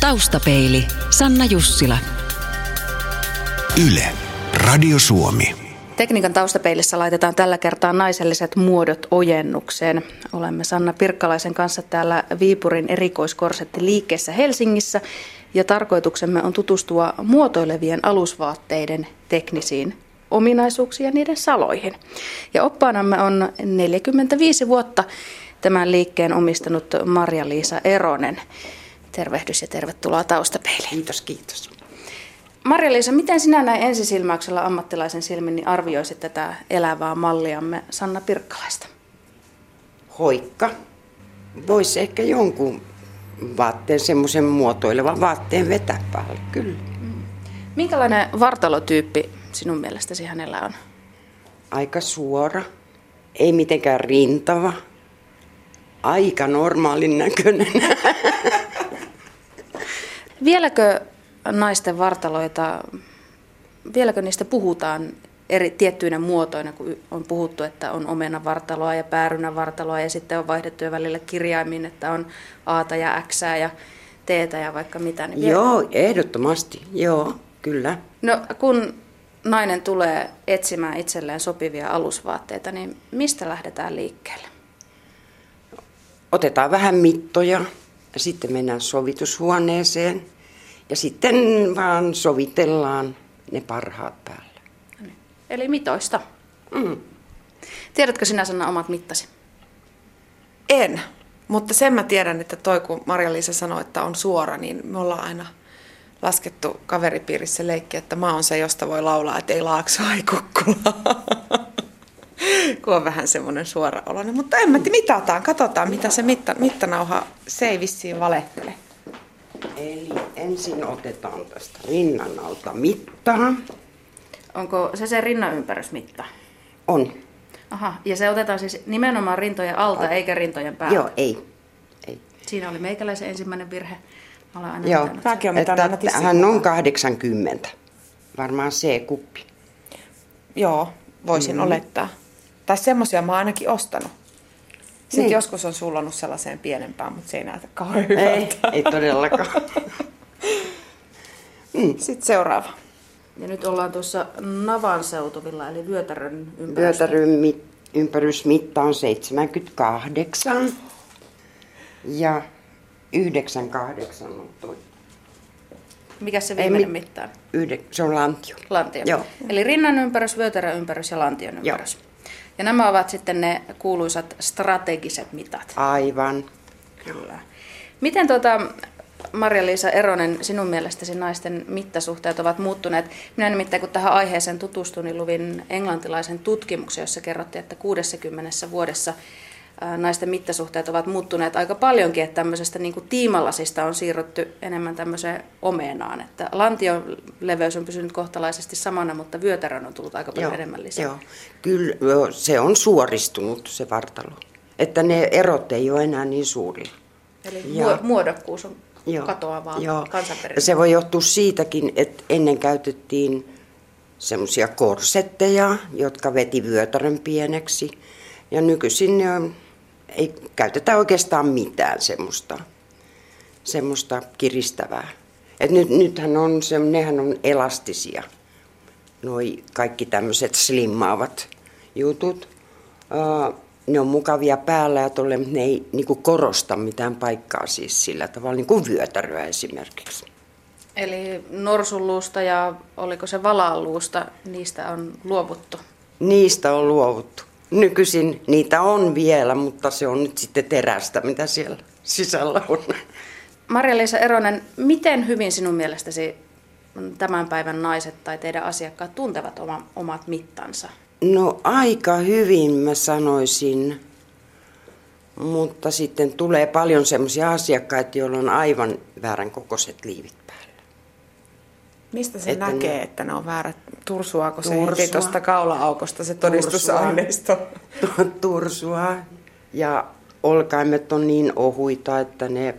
Taustapeili, Sanna Jussila. Yle, Radio Suomi. Tekniikan taustapeilissä laitetaan tällä kertaa naiselliset muodot ojennukseen. Olemme Sanna Pirkkalaisen kanssa täällä Viipurin erikoiskorsettiliikkeessä Helsingissä ja tarkoituksemme on tutustua muotoilevien alusvaatteiden teknisiin ominaisuuksiin ja niiden saloihin. Ja oppaanamme on 45 vuotta tämän liikkeen omistanut Marja-Liisa Eronen. Tervehdys ja tervetuloa taustapeiliin. Kiitos, kiitos. Marja-Liisa, miten sinä näin ensisilmäyksellä ammattilaisen silmin niin arvioisit tätä elävää malliamme Sanna Pirkkalaista? Hoikka. Voisi ehkä jonkun vaatteen, semmoisen muotoilevan vaatteen vetää päälle, kyllä. Minkälainen vartalotyyppi sinun mielestäsi hänellä on? Aika suora, ei mitenkään rintava, aika normaalin näköinen. Vieläkö naisten vartaloita, vieläkö niistä puhutaan eri tiettyinä muotoina, kun on puhuttu, että on omenavartaloa ja päärynävartaloa ja sitten on vaihdettu jo välillä kirjaimin, että on A:ta ja X:ää ja T:tä ja vaikka mitä. Niin joo, ehdottomasti, joo, kyllä. No kun nainen tulee etsimään itselleen sopivia alusvaatteita, niin mistä lähdetään liikkeelle? Otetaan vähän mittoja ja sitten mennään sovitushuoneeseen. Ja sitten vaan sovitellaan ne parhaat päälle. Eli mitoista. Tiedätkö sinä, Sanna, omat mittasi? En, mutta sen mä tiedän, että kun Marja-Liisa sanoi, että on suora, niin me ollaan aina laskettu kaveripiirissä leikkiä, että mä oon se, josta voi laulaa, että ei Laaksoa, ei Kukkulaa. Kun on vähän semmoinen suora oloinen. Mutta mitataan, katsotaan mitä se mittanauha, se ei vissiin valehtele. Eli ensin otetaan tästä rinnan alta mittaa. Onko se rinnan ympärysmitta? On. Aha, ja se otetaan siis nimenomaan rintojen alta eikä rintojen päältä? Joo, ei. Siinä oli meikäläisen ensimmäinen virhe. Mä olen aina joo, hän on 80. Varmaan C-kuppi. Joo, voisin olettaa. Tai semmoisia mä oon ainakin ostanut. Sitten joskus on sullannut sellaiseen pienempään, mutta se ei näytä kauhean hyvältä. Ei todellakaan. Sitten seuraava. Ja nyt ollaan tuossa navan seutuvilla, eli vyötärön ympärys. Vyötärön ympärysmitta on 78 ja 98 on toi. Mikäs se viimeinen mitta on? Se on lantio. Lantio. Joo. Eli rinnan ympärys, vyötärön ympärys ja lantion ympärys. Joo. Ja nämä ovat sitten ne kuuluisat strategiset mitat. Aivan. Kyllä. Miten Marja-Liisa Eronen, sinun mielestäsi naisten mittasuhteet ovat muuttuneet? Minä nimittäin, kun tähän aiheeseen tutustuin, niin luvin englantilaisen tutkimuksen, jossa kerrottiin, että 60 vuodessa naisten mittasuhteet ovat muuttuneet aika paljonkin, että tämmöisestä niin kuin tiimalasista on siirrytty enemmän tämmöiseen omenaan. Että lantion leveys on pysynyt kohtalaisesti samana, mutta vyötärön on tullut aika paljon enemmän lisää. Joo, kyllä se on suoristunut se vartalo. Että ne erot ei ole enää niin suuria. Eli muodokkuus on katoavaa kansanperinnettä. Se voi johtua siitäkin, että ennen käytettiin semmoisia korsetteja, jotka veti vyötärön pieneksi. Ja nykyisin ei käytetä oikeastaan mitään semmoista kiristävää. Et nythän nehän on elastisia, noi kaikki tämmöiset slimmaavat jutut. Ne on mukavia päällä ja ne ei niinku korosta mitään paikkaa siis sillä tavalla, niin kuin vyötäröä esimerkiksi. Eli norsunluusta ja oliko se valaanluusta, niistä on luovuttu? Niistä on luovuttu. Nykyisin niitä on vielä, mutta se on nyt sitten terästä, mitä siellä sisällä on. Marja-Liisa Eronen, miten hyvin sinun mielestäsi tämän päivän naiset tai teidän asiakkaat tuntevat omat mittansa? No aika hyvin mä sanoisin, mutta sitten tulee paljon semmoisia asiakkaita, joilla on aivan väärän kokoiset liivit päällä. Mistä se näkee, että ne on väärät? Tursuaako se heti tuosta kaula-aukosta se todistusaineisto? Tursua ja olkaimet on niin ohuita, että ne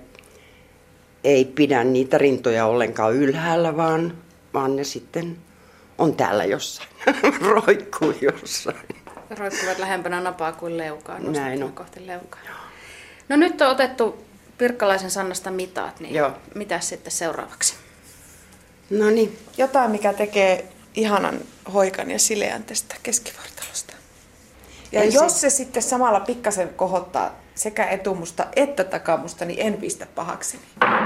ei pidä niitä rintoja ollenkaan ylhäällä, vaan ne sitten on täällä jossain, roikkuu jossain. Roikkuvat lähempänä napaa kuin leukaa, näin on. kohti leukaa. No nyt on otettu Pirkkalaisen Sannasta mitaat, niin Joo. mitäs sitten seuraavaksi? No niin. Jotain, mikä tekee ihanan hoikan ja sileän tästä keskivartalosta. Ja Ei jos se sitten samalla pikkasen kohottaa sekä etumusta että takamusta, niin en pistä pahaksi.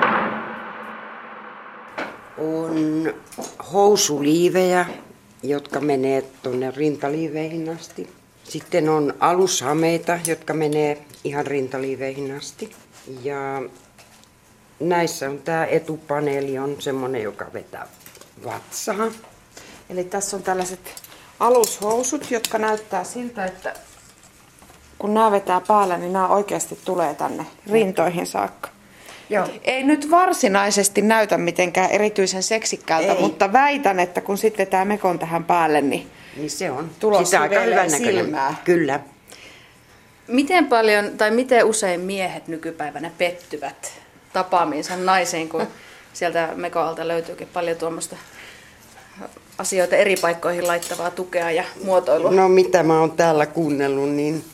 On housuliivejä, jotka menee tuonne rintaliiveihin asti. Sitten on alushameita, jotka menee ihan rintaliiveihin asti. Ja näissä on tämä etupaneeli on semmoinen, joka vetää vatsaa. Eli tässä on tällaiset alushousut, jotka näyttää siltä, että kun nämä vetää päällä, niin nämä oikeasti tulee tänne rintoihin saakka. Joo. Ei nyt varsinaisesti näytä mitenkään erityisen seksikkäältä, Ei. mutta väitän, että kun sitten vetää mekon tähän päälle, niin Niin se on. Tulos Sitä aika hivelee hyvän näköinen. silmää. Kyllä. Miten paljon tai miten usein miehet nykypäivänä pettyvät tapaamiinsa naisiin, kun sieltä Mekoalta löytyykin paljon tuommoista asioita eri paikkoihin laittavaa tukea ja muotoilua? No mitä mä oon täällä kuunnellut,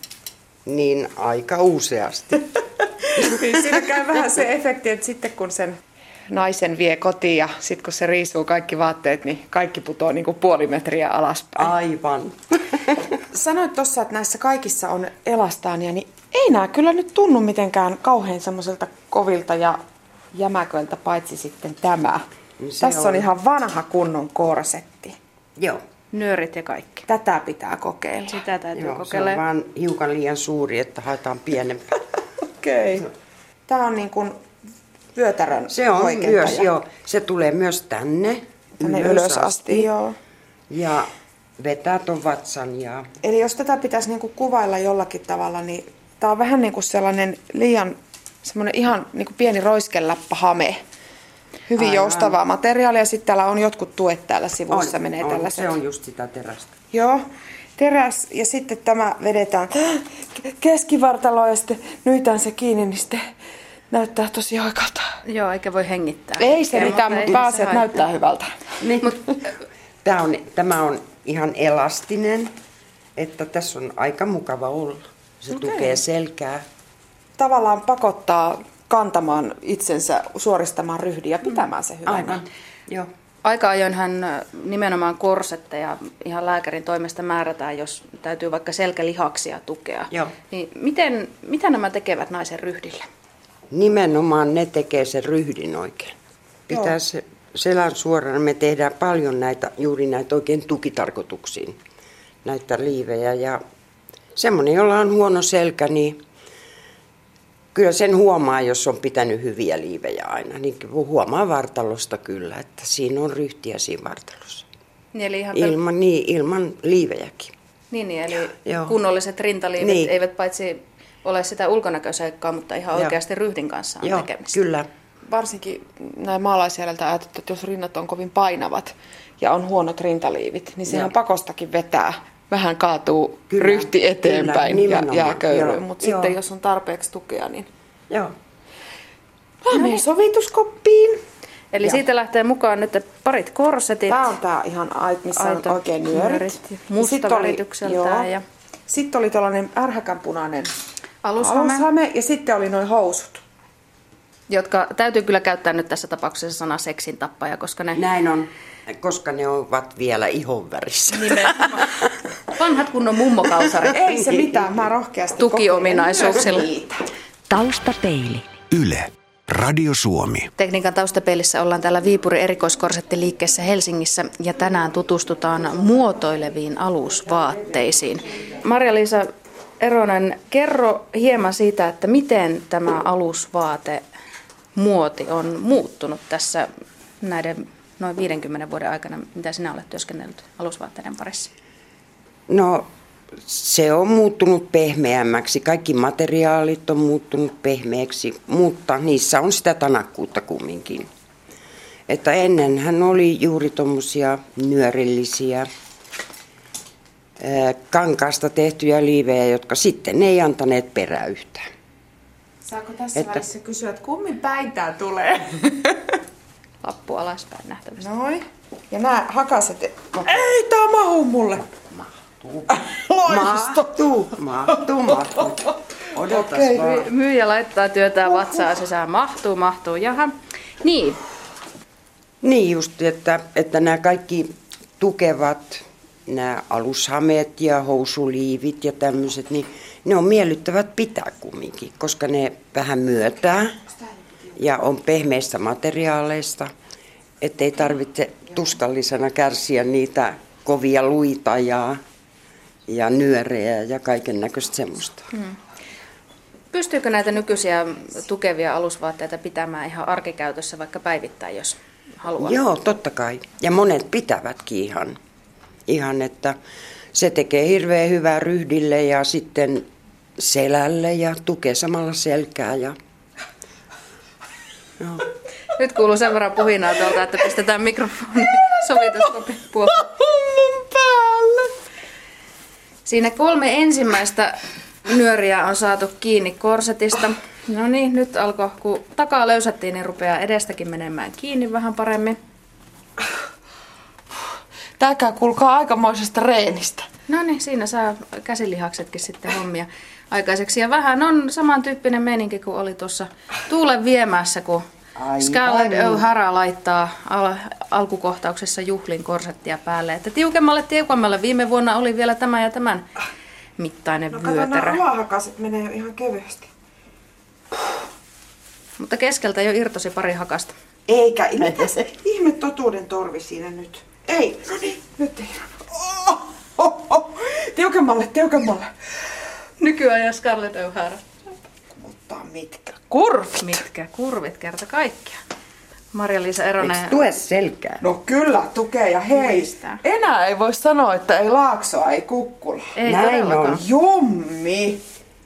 niin aika useasti. Niin siinä käy vähän se efekti, että sitten kun sen naisen vie kotiin ja sitten kun se riisuu kaikki vaatteet, niin kaikki putoo niin kuin puoli metriä alaspäin. Aivan. Sanoit tuossa, että näissä kaikissa on elastaania, niin ei nämä kyllä nyt tunnu mitenkään kauhean semmoiselta kovilta ja jämäköiltä, paitsi sitten tämä. Se Tässä on on. ihan vanha kunnon korsetti. Joo. Nyörit ja kaikki. Tätä pitää kokeilla. Sitä täytyy Joo, se kokeilla. on vaan hiukan liian suuri, että haetaan pienempää. Okei. Tämä on niin kuin vyötärön Se on hoikentaja. myös, joo. Se tulee myös tänne Ylös asti, joo. Ja vetää ton vatsan ja... Eli jos tätä pitäisi niin kuin kuvailla jollakin tavalla, niin tämä on vähän niin kuin sellainen liian semmoinen ihan niin kuin pieni roiskeläppähame. Hyvin Aivan. joustavaa materiaalia. Ja sitten täällä on jotkut tuet täällä sivussa, menee tällaiset. Se on just sitä terästä. Joo, teräs ja sitten tämä vedetään keskivartaloon ja sitten nyitään se kiinni, niin sitten näyttää tosi oikealta. Joo, eikä voi hengittää. Ei se mitään, ei mutta se pääsee, että haittaa. näyttää hyvältä. Niin. Tämä on ihan elastinen, että tässä on aika mukava olla. Se tukee selkää. Tavallaan pakottaa kantamaan itsensä, suoristamaan ryhdin ja pitämään se hyvänä. Aivan. Joo. Aika ajoinhan nimenomaan korsetteja ihan lääkärin toimesta määrätään, jos täytyy vaikka selkälihaksia tukea. Joo. Niin mitä nämä tekevät naisen ryhdille? Nimenomaan ne tekee sen ryhdin oikein. Pitää se selän suorana. Me tehdään paljon juuri näitä oikein tukitarkoituksiin, näitä liivejä. Ja semmoinen, jolla on huono selkä, niin kyllä sen huomaa, jos on pitänyt hyviä liivejä aina. Niin huomaa vartalosta kyllä, että siinä on ryhtiä siinä vartalossa. Niin, eli ihan Ilman liivejäkin. niin, eli Joo. kunnolliset rintaliivit Niin. eivät paitsi ole sitä ulkonäköseikkaa, mutta ihan Joo. oikeasti ryhdin kanssa on Joo, tekemistä. kyllä. Varsinkin näin maalaisjärjeltä ajateltu, että jos rinnat on kovin painavat ja on huonot rintaliivit, niin sehän Joo. pakostakin vetää. Vähän kaatuu Kyllä, ryhti eteenpäin kyllä, ja nimenomaan. jää köyryyn. Joo, Mutta joo. sitten jos on tarpeeksi tukea, niin Joo. menen sovituskoppiin. Eli siitä lähtee mukaan nyt parit korsetit. Tämä on tää ihan missä on Aito oikein nyörit. musta väritykseltään ja Sitten oli tuollainen ärhäkänpunainen alushame, ja sitten oli nuo housut. jotka täytyy kyllä käyttää nyt tässä tapauksessa sana seksin tappaja, koska ne Näin on, koska ne ovat vielä ihonvärissä. nimenomaan vanhat kunnon mummokausarit Ei se mitään, mä rohkeasti tukiominaisuuksilla. kokeilen niitä. Taustapeili. Yle. Radio Suomi. Tekniikan taustapeilissä ollaan täällä Viipurin erikoiskorsettiliikkeessä Helsingissä ja tänään tutustutaan muotoileviin alusvaatteisiin. Marja-Liisa Eronen, kerro hieman siitä, että miten tämä alusvaatemuoti on muuttunut tässä näiden noin 50 vuoden aikana, mitä sinä olet työskennellyt alusvaatteiden parissa? No, se on muuttunut pehmeämmäksi. Kaikki materiaalit on muuttunut pehmeäksi, mutta niissä on sitä tanakkuutta kumminkin. Että ennenhän oli juuri tuommoisia nyörillisiä kankaasta tehtyjä liivejä, jotka sitten ei antaneet perää yhtään. Saako tässä välissä kysyä, että kummin päin tää tulee? Lappu alaspäin nähtävästi. Noin. Ja nämä hakaset... Ei, tää mahu mulle. Loisto. Mahtuu. Odotas Okei, vaan. myyjä laittaa työtään vatsaa sisään. Mahtuu. Jaha. Niin. Niin just, että nämä kaikki tukevat, nämä alushameet ja housuliivit ja tämmöiset, niin ne on miellyttävät pitää kumminkin, koska ne vähän myötää ja on pehmeistä materiaaleista, ettei tarvitse tuskallisena kärsiä niitä kovia luita ja nyörejä ja kaiken näköistä semmoista. Pystyykö näitä nykyisiä tukevia alusvaatteita pitämään ihan arkikäytössä vaikka päivittäin, jos haluaa? Joo, totta kai. Ja monet pitävätkin ihan, että se tekee hirveän hyvää ryhdille ja sitten selälle ja tukee samalla selkää. Ja... Joo. Nyt kuuluu sen verran puhinaa tuolta, että pistetään mikrofoni sovituskopin puolelle. Mun päälle! Siinä 3 ensimmäistä nyöriä on saatu kiinni korsetista. No niin, nyt alkoi, kun takaa löysättiin, niin rupeaa edestäkin menemään kiinni vähän paremmin. Tääkää kuulkaa aikamoisesta reenistä. No niin, siinä saa käsilihaksetkin sitten hommia aikaiseksi. Ja vähän on samantyyppinen meininki kuin oli tuossa Tuulen viemässä, kun Scarlett O'Hara laittaa alkukohtauksessa juhlin korsettia päälle. Että tiukemmalle. Viime vuonna oli vielä tämä ja tämän mittainen vyötärö. Kato, nämä alahakaset menee jo ihan kevyesti. Mutta keskeltä jo irtosi pari hakasta. Eikä, mitä se ihme totuuden torvi siinä nyt? Ei, no niin, nyt ei. Tiukemmalle. Nykyajan Scarlett O'Hara. Mutta mitkä kurvit? Mitkä kurvit kerta kaikkiaan. Marja-Liisa Eronen. Eikö tue selkää? No kyllä tukee ja hei. Muistaa. Enää ei voi sanoa, että ei Laaksoa, ei Kukkula. Ei Näin todellakaan. on. Jummi.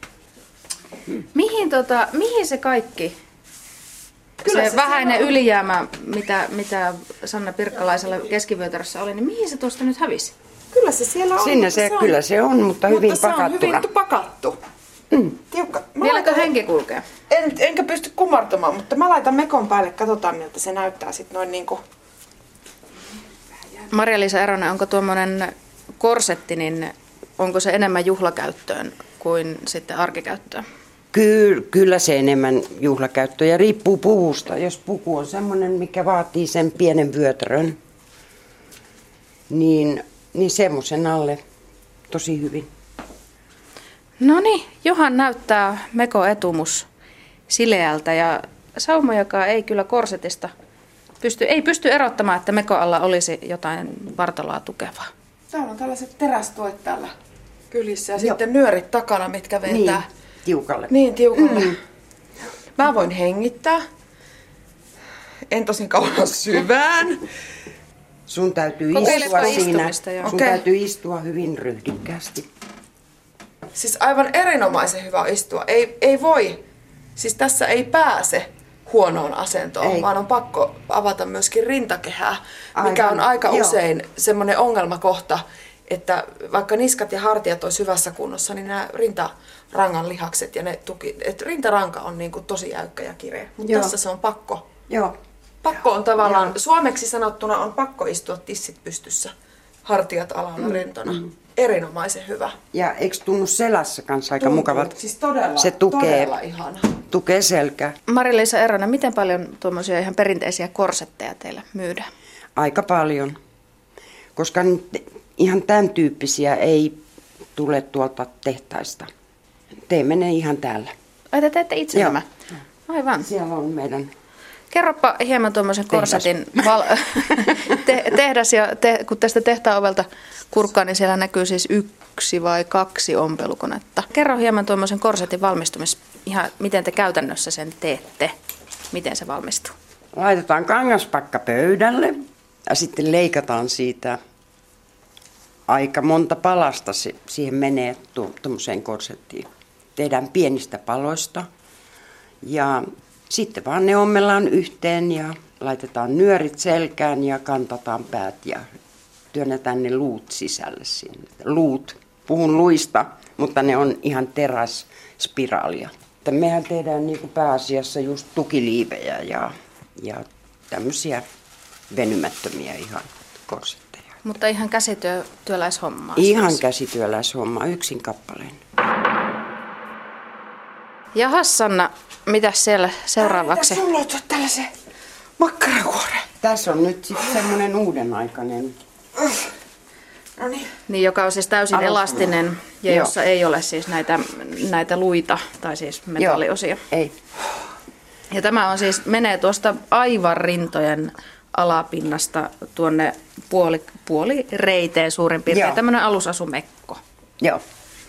Mihin se kaikki? Kyllä Se se vähäinen siellä on. ylijäämä, mitä Sanna Pirkkalaisella keskivyötärössä oli, niin mihin se tuosta nyt hävisi? Kyllä se siellä on. Sinne se, kyllä se on, mutta hyvin se on pakattuna. hyvin pakattu. Tiukka. Vieläkö henki kulkee? Enkä pysty kumartamaan, mutta mä laitan mekon päälle, katsotaan miltä se näyttää sit noin niinku. Marja-Liisa Eronen, onko tuommoinen korsetti, niin onko se enemmän juhlakäyttöön kuin sitten arkikäyttöön? Kyllä se enemmän juhlakäyttöä ja riippuu puvusta. Jos puku on semmoinen, mikä vaatii sen pienen vyötärön, niin semmoisen alle tosi hyvin. No niin, Johan näyttää meko etumus sileältä ja Sauma, joka ei kyllä korsetista ei pysty erottamaan, että meko alla olisi jotain vartaloa tukevaa. Täällä on tällaiset terästuet täällä kylissä ja sitten nyörit takana, mitkä vetää. Niin, tiukalle. Niin, tiukalle. Mä voin hengittää. En tosin kauan syvään. Sun täytyy Kokeilepa istua siinä. istumista, joo. Sun Okei. täytyy istua hyvin ryhdikkäästi. Siis aivan erinomaisen hyvä istua. Ei voi. Siis tässä ei pääse huonoon asentoon, Ei. vaan on pakko avata myöskin rintakehää, mikä Aivan, on aika joo. usein semmoinen ongelmakohta, että vaikka niskat ja hartiat olisi hyvässä kunnossa, niin nämä rintarangan lihakset ja ne että rintaranka on niin kuin tosi jäykkä ja kireä. Mutta Joo. tässä se on pakko. Joo. Pakko on tavallaan, suomeksi sanottuna on pakko istua tissit pystyssä, hartiat alalla rentona. Erinomaisen hyvä. Ja eikö tunnu selässä kanssa aika Tuntuu. mukavalta? Siis todella, Se todella ihana. tukee selkää. Marja-Liisa Eronen, miten paljon tuommoisia ihan perinteisiä korsetteja teillä myydään? Aika paljon. Koska ihan tämän tyyppisiä ei tule tuolta tehtaista. Teemme ne ihan täällä. Ai te teette itse Joo. nämä? Aivan. Siellä on meidän... Kerropa hieman tuommoisen Tehdas. korsetin tehdas, ja kun tästä tehtaan ovelta kurkkaa, niin siellä näkyy siis 1 vai 2 ompelukonetta. Kerro hieman tuommoisen korsetin ihan miten te käytännössä sen teette, miten se valmistuu. Laitetaan kangaspakka pöydälle ja sitten leikataan siitä aika monta palasta. Siihen menee tuommoiseen korsettiin. Tehdään pienistä paloista ja sitten vaan ne ommellaan yhteen ja laitetaan nyörit selkään ja kantataan päät ja työnnetään ne luut sisälle sinne. Luut, puhun luista, mutta ne on ihan terässpiraalia. Mehän tehdään niin kuin pääasiassa just tukiliivejä ja tämmöisiä venymättömiä ihan korsetteja. Mutta ihan käsityöläishommaa. Ihan siis. käsityöläishomma yksin kappaleen. Jahas Sanna, mitäs siellä seuraavaksi? Mitä sulla on tällaisen makkarakuoren? Tässä on nyt sitten semmoinen uudenaikainen. No niin. Niin, joka on siis täysin elastinen ja Joo. jossa ei ole siis näitä luita tai siis metalliosia. Ei. Ja tämä on siis, menee tuosta aivan rintojen alapinnasta tuonne puoli reiteen suurin piirtein. Joo. Tämmöinen alusasumekko. Joo.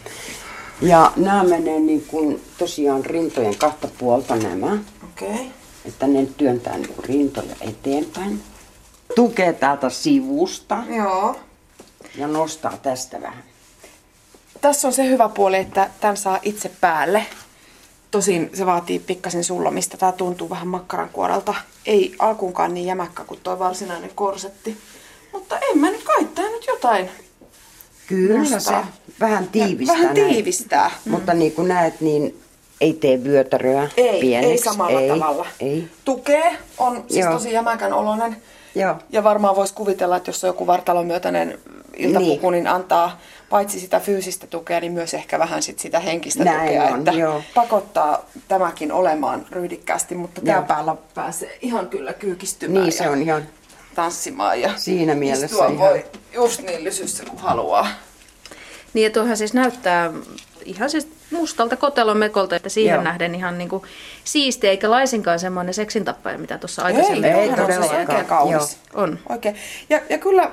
Ja nämä menee niin kuin tosiaan rintojen kahta puolta nämä. Okei. Okay. Että ne työntää niin kuin rintoja eteenpäin. Tukee täältä sivusta Joo. ja nostaa tästä vähän. Tässä on se hyvä puoli, että tämän saa itse päälle. Tosin se vaatii pikkasen sullomista. Tämä tuntuu vähän makkarankuorelta. Ei alkuunkaan niin jämäkkä kuin tuo varsinainen korsetti. Mutta en mä nyt kai, tää nyt jotain Kyllä nostaa. se vähän tiivistää. Vähän näin. tiivistää. Mutta niin kuin näet, niin ei tee vyötäröä pieneksi. Ei samalla tavalla. Ei. Tukee on siis Joo. tosi jämäkän oloinen. Joo. Ja varmaan voisi kuvitella, että jos on joku vartalomyötäinen iltapuku, niin antaa paitsi sitä fyysistä tukea, niin myös ehkä vähän sitä henkistä Näin tukea. on, että joo. pakottaa tämäkin olemaan ryhdikkäästi, mutta Joo. tämä päällä pääsee ihan kyllä kyykistymään Niin se on ihan. tanssimaan. Ja Siinä mielessä istua ihan. voi just niin lysyssä kuin haluaa. Niin ja tuohan siis näyttää ihan siis mustalta kotelomekolta, että siihen Joo. nähden ihan niinku siistiä, eikä laisinkaan semmoinen seksintappaja, mitä tuossa aikaisemmin ei oli. Ei todellakaan. oikein kaunis. On. Oikein. Ja kyllä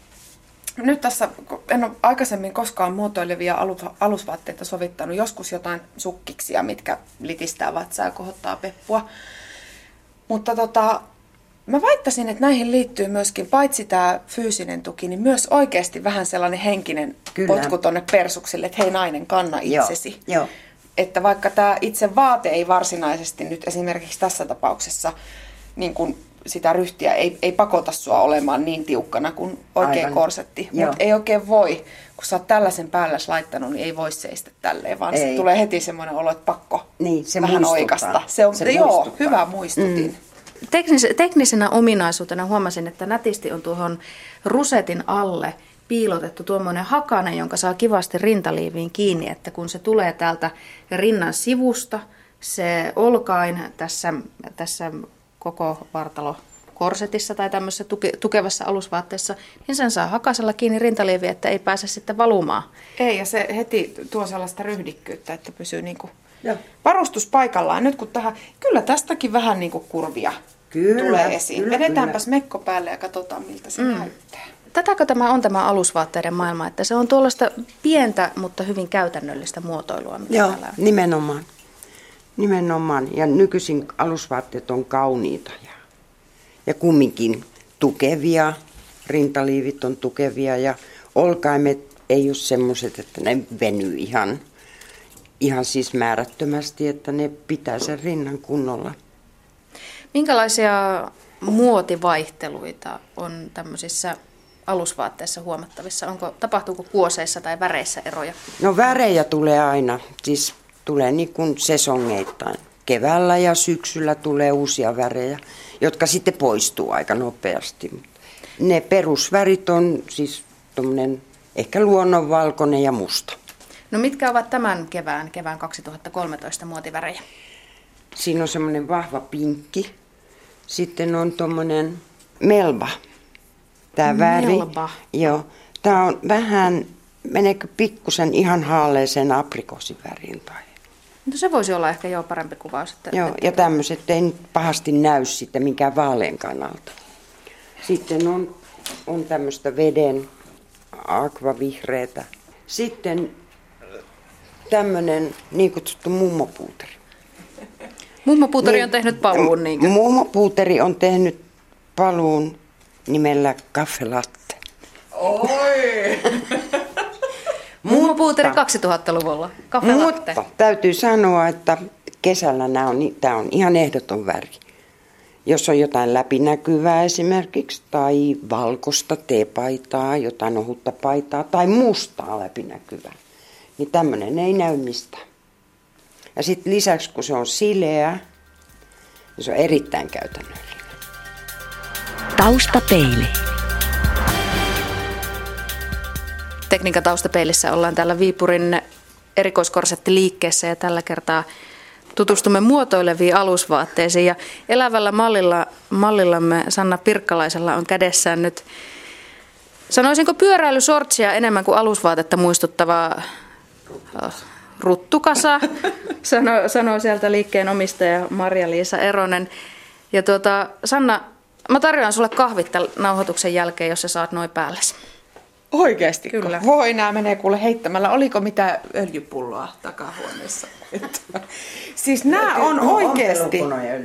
nyt tässä, en ole aikaisemmin koskaan muotoilevia alusvaatteita sovittanut. Joskus jotain sukkiksia, mitkä litistää vatsaa ja kohottaa peppua. Mutta mä väittäisin, että näihin liittyy myöskin paitsi tämä fyysinen tuki, niin myös oikeasti vähän sellainen henkinen Kyllä. potku tonne persuksille, että hei nainen, kanna itsesi. Joo. Että vaikka tämä itse vaate ei varsinaisesti nyt esimerkiksi tässä tapauksessa niin kun sitä ryhtiä ei pakota sua olemaan niin tiukkana kuin oikea Aivan. korsetti. Joo. Mutta ei oikein voi, kun sä oot tällaisen päälläs laittanut, niin ei voi seistä tälleen, vaan se Ei. tulee heti semmoinen olo, että pakko Niin, se vähän muistuttaa. oikasta. Se on, Se joo, muistuttaa. hyvä muistutin. Teknisenä ominaisuutena huomasin, että nätisti on tuohon rusetin alle piilotettu tuommoinen hakane, jonka saa kivasti rintaliiviin kiinni, että kun se tulee täältä rinnan sivusta, se olkain tässä koko vartalokorsetissa tai tämmöisessä tukevassa alusvaatteessa, niin sen saa hakasella kiinni rintaliiviin, että ei pääse sitten valumaan. Ei, ja se heti tuo sellaista ryhdikkyyttä, että pysyy niinku Joo. varustus paikallaan. Nyt kun kyllä tästäkin vähän niinku kurvia Kyllä, tulee esiin. kyllä, Vedetäänpäs kyllä. mekko päälle ja katsotaan, miltä se näyttää. Tätäkö tämä on tämä alusvaatteiden maailma, että se on tuollaista pientä, mutta hyvin käytännöllistä muotoilua, mitä Joo, täällä on. nimenomaan. Nimenomaan. Ja nykyisin alusvaatteet on kauniita ja kumminkin tukevia. Rintaliivit on tukevia ja olkaimet ei ole semmoiset, että ne venyy ihan siis määrättömästi, että ne pitää sen rinnan kunnolla. Minkälaisia muotivaihteluita on tämmöisissä alusvaatteissa huomattavissa? Tapahtuuko kuoseissa tai väreissä eroja? No värejä tulee aina, siis tulee niin kuin sesongeittain. Keväällä ja syksyllä tulee uusia värejä, jotka sitten poistuu aika nopeasti. Ne perusvärit on siis tommonen ehkä luonnonvalkoinen ja musta. No mitkä ovat tämän kevään 2013 muotivärejä? Siinä on semmoinen vahva pinkki. Sitten on tommonen melba. Tää väri. Melba. Joo. Tää on vähän, meneekö pikkusen ihan haaleeseen aprikoosiväriin tai. No se voisi olla ehkä jo parempi kuvaus. Että, Joo, ja tämmöiset ei nyt pahasti näy sitten minkään vaalean kannalta. Sitten on tämmöistä veden akvavihreätä. Sitten tämmöinen niin kutsuttu mummopuuteri. Mummopuuteri on tehnyt paluun, niinkö? Mummopuuteri on tehnyt paluun nimellä Caffè Latte. Oi! Mummopuuteri 2000-luvulla. Caffè Latte. Mutta täytyy sanoa, että kesällä tämä on ihan ehdoton väri. Jos on jotain läpinäkyvää esimerkiksi, tai valkoista teepaitaa, jotain ohutta paitaa, tai mustaa läpinäkyvää, niin tämmöinen ei näy mistään. Ja sitten lisäksi, kun se on sileä, niin se on erittäin käytännöllinen. Taustapeili. Tekniikan taustapeilissä ollaan täällä Viipurin erikoiskorsettiliikkeessä ja tällä kertaa tutustumme muotoileviin alusvaatteisiin ja elävällä mallillamme Sanna Pirkkalaisella on kädessään nyt, sanoisinko pyöräilysortsia enemmän kuin alusvaatetta muistuttavaa ruttukasa, sanoo sieltä liikkeen omistaja Marja-Liisa Eronen. Ja Sanna, mä tarjoan sulle kahvit tämän nauhoituksen jälkeen, jos sä saat noin päälläsi. Oikeesti? Kyllä. Voi, nää menee kuule heittämällä. Oliko mitään öljypulloa takahuoneessa? Siis nää on oikeesti.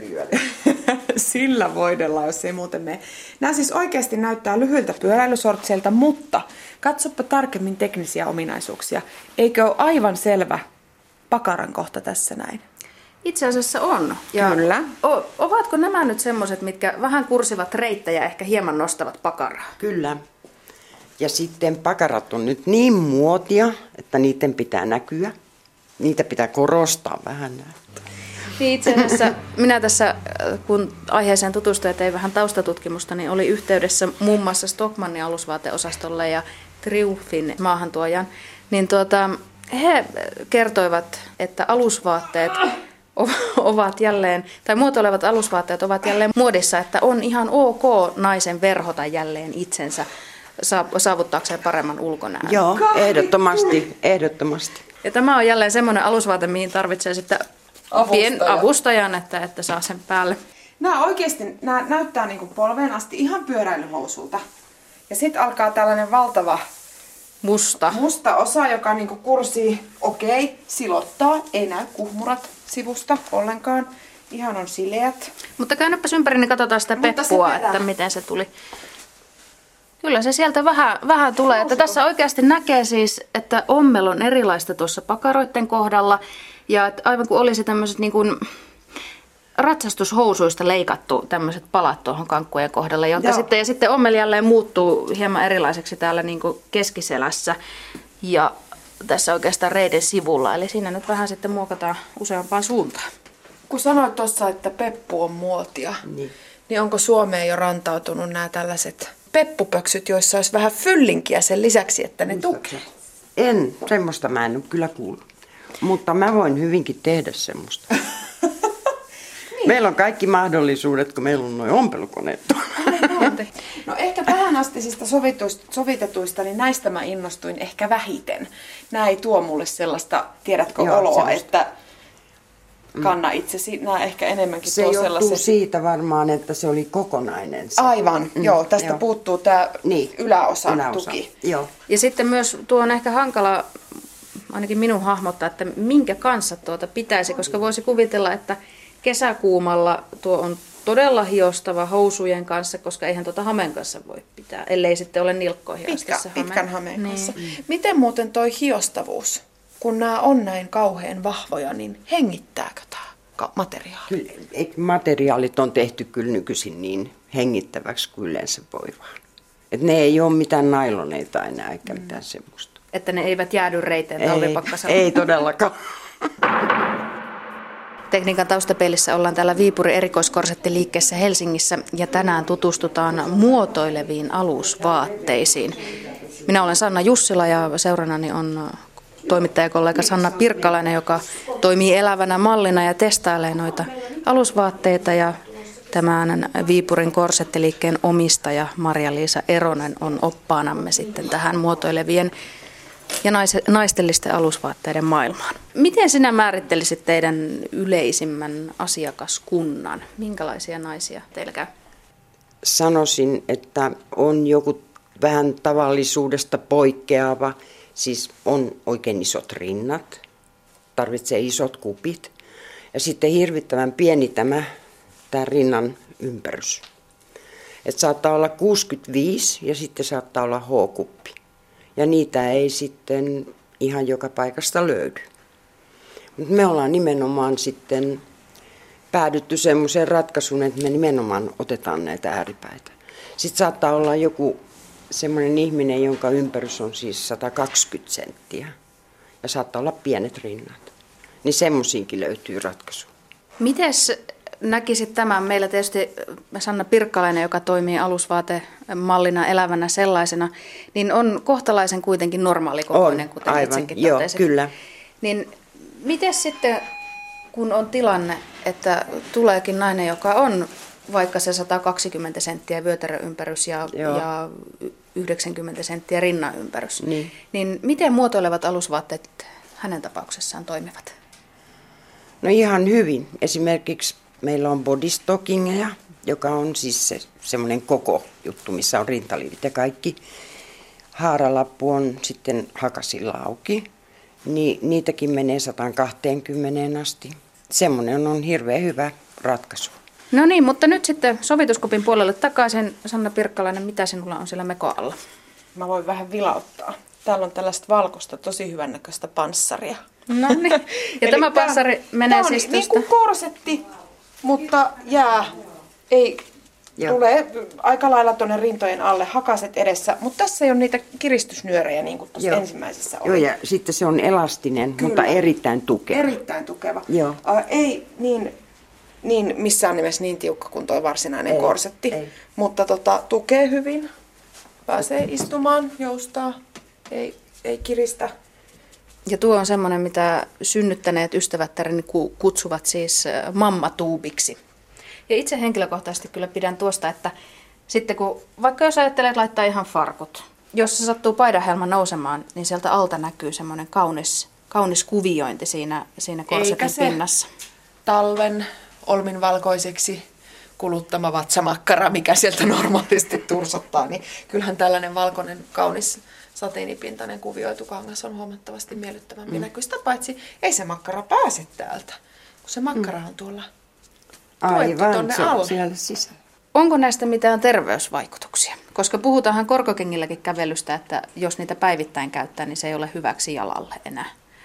Sillä voidella, jos ei muuten mene. Nää siis oikeasti näyttää lyhyiltä pyöräilysortseilta, mutta katsoppa tarkemmin teknisiä ominaisuuksia. Eikö ole aivan selvä pakaran kohta tässä näin? Itse asiassa on. Ja kyllä. Ovatko nämä nyt semmoiset, mitkä vähän kursivat reittejä ja ehkä hieman nostavat pakaraa? Kyllä. Ja sitten pakarat on nyt niin muotia, että niiden pitää näkyä. Niitä pitää korostaa vähän. Niin itse asiassa minä tässä, kun aiheeseen tutustuin ja tein vähän taustatutkimusta, niin oli yhteydessä muun muassa Stockmannin alusvaateosastolle ja Triumfin maahantuojan. Niin he kertoivat, että alusvaatteet ovat jälleen, tai muotoilevat alusvaatteet ovat jälleen muodissa, että on ihan ok naisen verhota jälleen itsensä saavuttaakseen paremman ulkonäön. Joo, ehdottomasti. Ja tämä on jälleen semmoinen alusvaate, mihin tarvitsee sitten avustajan, että saa sen päälle. Nämä oikeasti näyttää niin kuin polveen asti ihan pyöräilyhousulta. Ja sitten alkaa tällainen valtava musta osa, joka niin kuin kursii, silottaa, ei näy kuhmurat sivusta ollenkaan. Ihan on sileät. Mutta käännäpäs ympäri, niin katsotaan sitä peppua, että miten se tuli. Kyllä se sieltä vähän tulee. Että tässä oikeasti näkee siis, että ommel on erilaista tuossa pakaroiden kohdalla. Ja että aivan kuin olisi tämmöiset niin kuin ratsastushousuista leikattu tämmöiset palat tuohon kankkujen kohdalla. Ja sitten ommel jälleen muuttuu hieman erilaiseksi täällä niin kuin keskiselässä ja tässä oikeastaan reiden sivulla. Eli siinä nyt vähän sitten muokataan useampaan suuntaan. Kun sanoit tuossa, että peppu on muotia, niin onko Suomeen jo rantautunut nämä tällaiset peppupöksyt, joissa olisi vähän fyllinkiä sen lisäksi, että ne tukee? Semmoista mä en ole kyllä kuullut. Mutta mä voin hyvinkin tehdä semmoista. Niin. Meillä on kaikki mahdollisuudet, kun meillä on nuo ompelukoneet. No ehkä tähän astisista sovitetuista, niin näistä mä innostuin ehkä vähiten. Nämä ei tuo mulle sellaista, tiedätkö, oloa, semmoista. Että kanna itsesi. Nämä ehkä enemmänkin se tuo sellaisen. Se johtuu siitä varmaan, että se oli kokonainen. Se. Aivan, joo. Tästä puuttuu tämä yläosa tuki. Joo. Ja sitten myös tuo on ehkä hankala, ainakin minun hahmottaa, että minkä kanssa pitäisi, koska voisi kuvitella, että kesäkuumalla tuo on todella hiostava housujen kanssa, koska eihän hameen kanssa voi pitää, ellei sitten ole nilkkoihin asti se hame. Pitkän hameen kanssa. Miten muuten toi hiostavuus, kun nämä on näin kauhean vahvoja, niin hengittääkö tämä materiaali? Kyllä, materiaalit on tehty kyllä nykyisin niin hengittäväksi kuin yleensä voi vaan. Et ne ei ole mitään nailoneita enää eikä mitään semmoista. Että ne eivät jäädy reiteen talvipakkasella. Ei todellakaan. Tekniikan taustapeilissä ollaan täällä Viipurin erikoiskorsettiliikkeessä Helsingissä ja tänään tutustutaan muotoileviin alusvaatteisiin. Minä olen Sanna Jussila ja seurannani on toimittajakollega Sanna Pirkkalainen, joka toimii elävänä mallina ja testailee noita alusvaatteita. Ja tämän Viipurin korsettiliikkeen omistaja Marja-Liisa Eronen on oppaanamme sitten tähän muotoilevien ja naistellisten alusvaatteiden maailmaan. Miten sinä määrittelisit teidän yleisimmän asiakaskunnan? Minkälaisia naisia teillä käy? Sanoisin, että on joku vähän tavallisuudesta poikkeava. Siis on oikein isot rinnat, tarvitsee isot kupit ja sitten hirvittävän pieni tämä rinnan ympärys. Et saattaa olla 65 ja sitten saattaa olla H-kuppi. Ja niitä ei sitten ihan joka paikasta löydy. Mutta me ollaan nimenomaan sitten päädytty semmoiseen ratkaisuun, että me nimenomaan otetaan näitä ääripäitä. Sitten saattaa olla joku semmoinen ihminen, jonka ympärys on siis 120 senttiä. Ja saattaa olla pienet rinnat. Niin semmoisiinkin löytyy ratkaisu. Mites näkisit tämän? Meillä tietysti Sanna Pirkkalainen, joka toimii alusvaatemallina elävänä sellaisena, niin on kohtalaisen kuitenkin normaalikokoinen, kuten aivan, itsekin joo, totesit. kyllä. Niin miten sitten kun on tilanne, että tuleekin nainen, joka on vaikka se 120 senttiä vyötäröympärys ja 90 senttiä rinnanympärys, niin miten muotoilevat alusvaatteet hänen tapauksessaan toimivat? No ihan hyvin. Esimerkiksi meillä on bodystockingeja, joka on siis semmoinen koko juttu, missä on rintaliivit ja kaikki. Haaralappu on sitten hakasilla auki, niin niitäkin menee 120 asti. Semmoinen on hirveän hyvä ratkaisu. No niin, mutta nyt sitten sovituskopin puolelle takaisin. Sanna Pirkkalainen, mitä sinulla on siellä mekon alla? Mä voin vähän vilauttaa. Täällä on tällaista valkoista, tosi hyvännäköistä panssaria. No niin. Ja tämä panssari menee siis niin kuin korsetti, mutta ei tulee aika lailla tuonne rintojen alle, hakaset edessä. Mutta tässä ei ole niitä kiristysnyörejä niin kuin tuossa ensimmäisessä oli. Joo, ja sitten se on elastinen, mutta erittäin tukeva. Erittäin tukeva. Joo. Ei niin missään nimessä niin tiukka kuin tuo varsinainen korsetti, mutta tukee hyvin. Pääsee istumaan, joustaa, ei kiristä. Ja tuo on semmoinen, mitä synnyttäneet ystävättäreni kutsuvat siis mammatuubiksi. Ja itse henkilökohtaisesti kyllä pidän tuosta, että sitten kun, vaikka jos ajattelee laittaa ihan farkut, jos se sattuu paidanhelma nousemaan, niin sieltä alta näkyy semmoinen kaunis kuviointi siinä korsetin pinnassa. Talven olminvalkoiseksi kuluttama vatsamakkara, mikä sieltä normaalisti tursottaa, niin kyllähän tällainen valkoinen kaunis satiinipintainen kuvioitu kangas on huomattavasti miellyttävämpi näköistä, paitsi ei se makkara pääse täältä, kun se makkara on tuolla tuettu tuonne alle. Siellä sisällä. Onko näistä mitään terveysvaikutuksia? Koska puhutaanhan korkokengilläkin kävelystä, että jos niitä päivittäin käyttää, niin se ei ole hyväksi jalalle enää.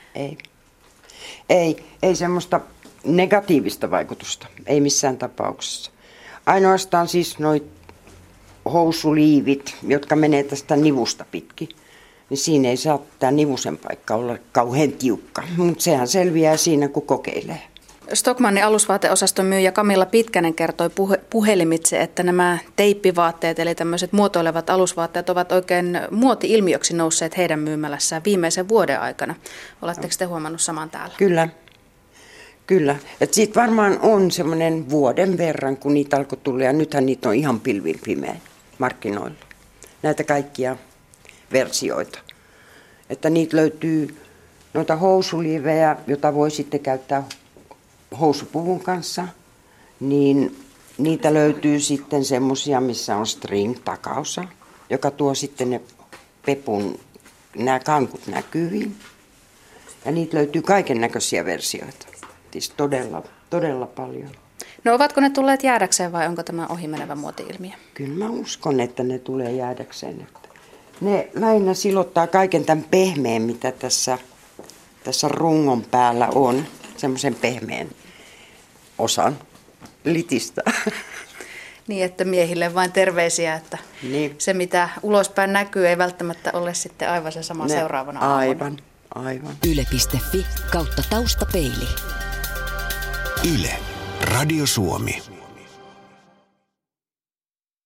Ei semmoista negatiivista vaikutusta, ei missään tapauksessa. Ainoastaan siis noi housuliivit, jotka menee tästä nivusta pitkin, niin siinä ei saa tämä nivusen paikka olla kauhean tiukka, mutta sehän selviää siinä, kun kokeilee. Stockmannin alusvaateosaston myyjä Camilla Pitkänen kertoi puhelimitse, että nämä teippivaatteet, eli tämmöiset muotoilevat alusvaatteet, ovat oikein muoti-ilmiöksi nousseet heidän myymälässään viimeisen vuoden aikana. Oletteko te huomannut saman täällä? Kyllä. Että siitä varmaan on semmoinen vuoden verran, kun niitä alkoi tulla, ja nythän niitä on ihan pilvin pimeä markkinoilla. Näitä kaikkia versioita. Että niitä löytyy noita housuliivejä, jota voi sitten käyttää housupuvun kanssa, niin niitä löytyy sitten semmosia, missä on string-takaosa, joka tuo sitten ne pepun, nämä kankut näkyviin. Ja niitä löytyy kaiken näköisiä versioita. Siis todella paljon. No ovatko ne tulleet jäädäkseen vai onko tämä ohimenevä muoti-ilmiö? Kyllä mä uskon, että ne tulee jäädäkseen. Ne lähinnä silottaa kaiken tämän pehmeän, mitä tässä rungon päällä on. Semmoisen pehmeän osan litistä. Niin, että miehille vain terveisiä, että se mitä ulospäin näkyy ei välttämättä ole sitten aivan se sama seuraavana aamuna. Aivan. Yle.fi/taustapeili. Yle. Radio Suomi.